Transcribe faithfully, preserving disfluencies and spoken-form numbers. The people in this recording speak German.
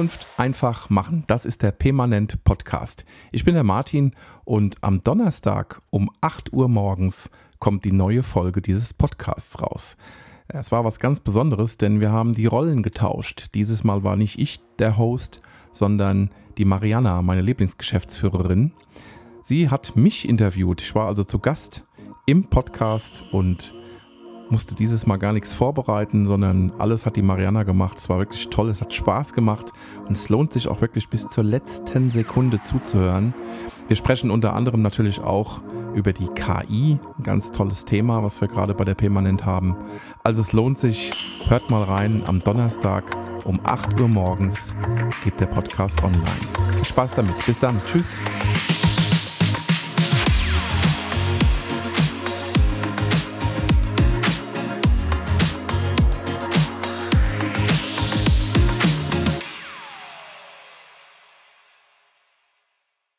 Zukunft einfach machen. Das ist der Permanent Podcast. Ich bin der Martin und am Donnerstag um acht Uhr morgens kommt die neue Folge dieses Podcasts raus. Es war was ganz Besonderes, denn wir haben die Rollen getauscht. Dieses Mal war nicht ich der Host, sondern die Mariana, meine Lieblingsgeschäftsführerin. Sie hat mich interviewt. Ich war also zu Gast im Podcast und musste dieses Mal gar nichts vorbereiten, sondern alles hat die Mariana gemacht. Es war wirklich toll, es hat Spaß gemacht und es lohnt sich auch wirklich bis zur letzten Sekunde zuzuhören. Wir sprechen unter anderem natürlich auch über die K I, ein ganz tolles Thema, was wir gerade bei der Permanent haben. Also es lohnt sich, hört mal rein, am Donnerstag um acht Uhr morgens geht der Podcast online. Viel Spaß damit, bis dann, tschüss.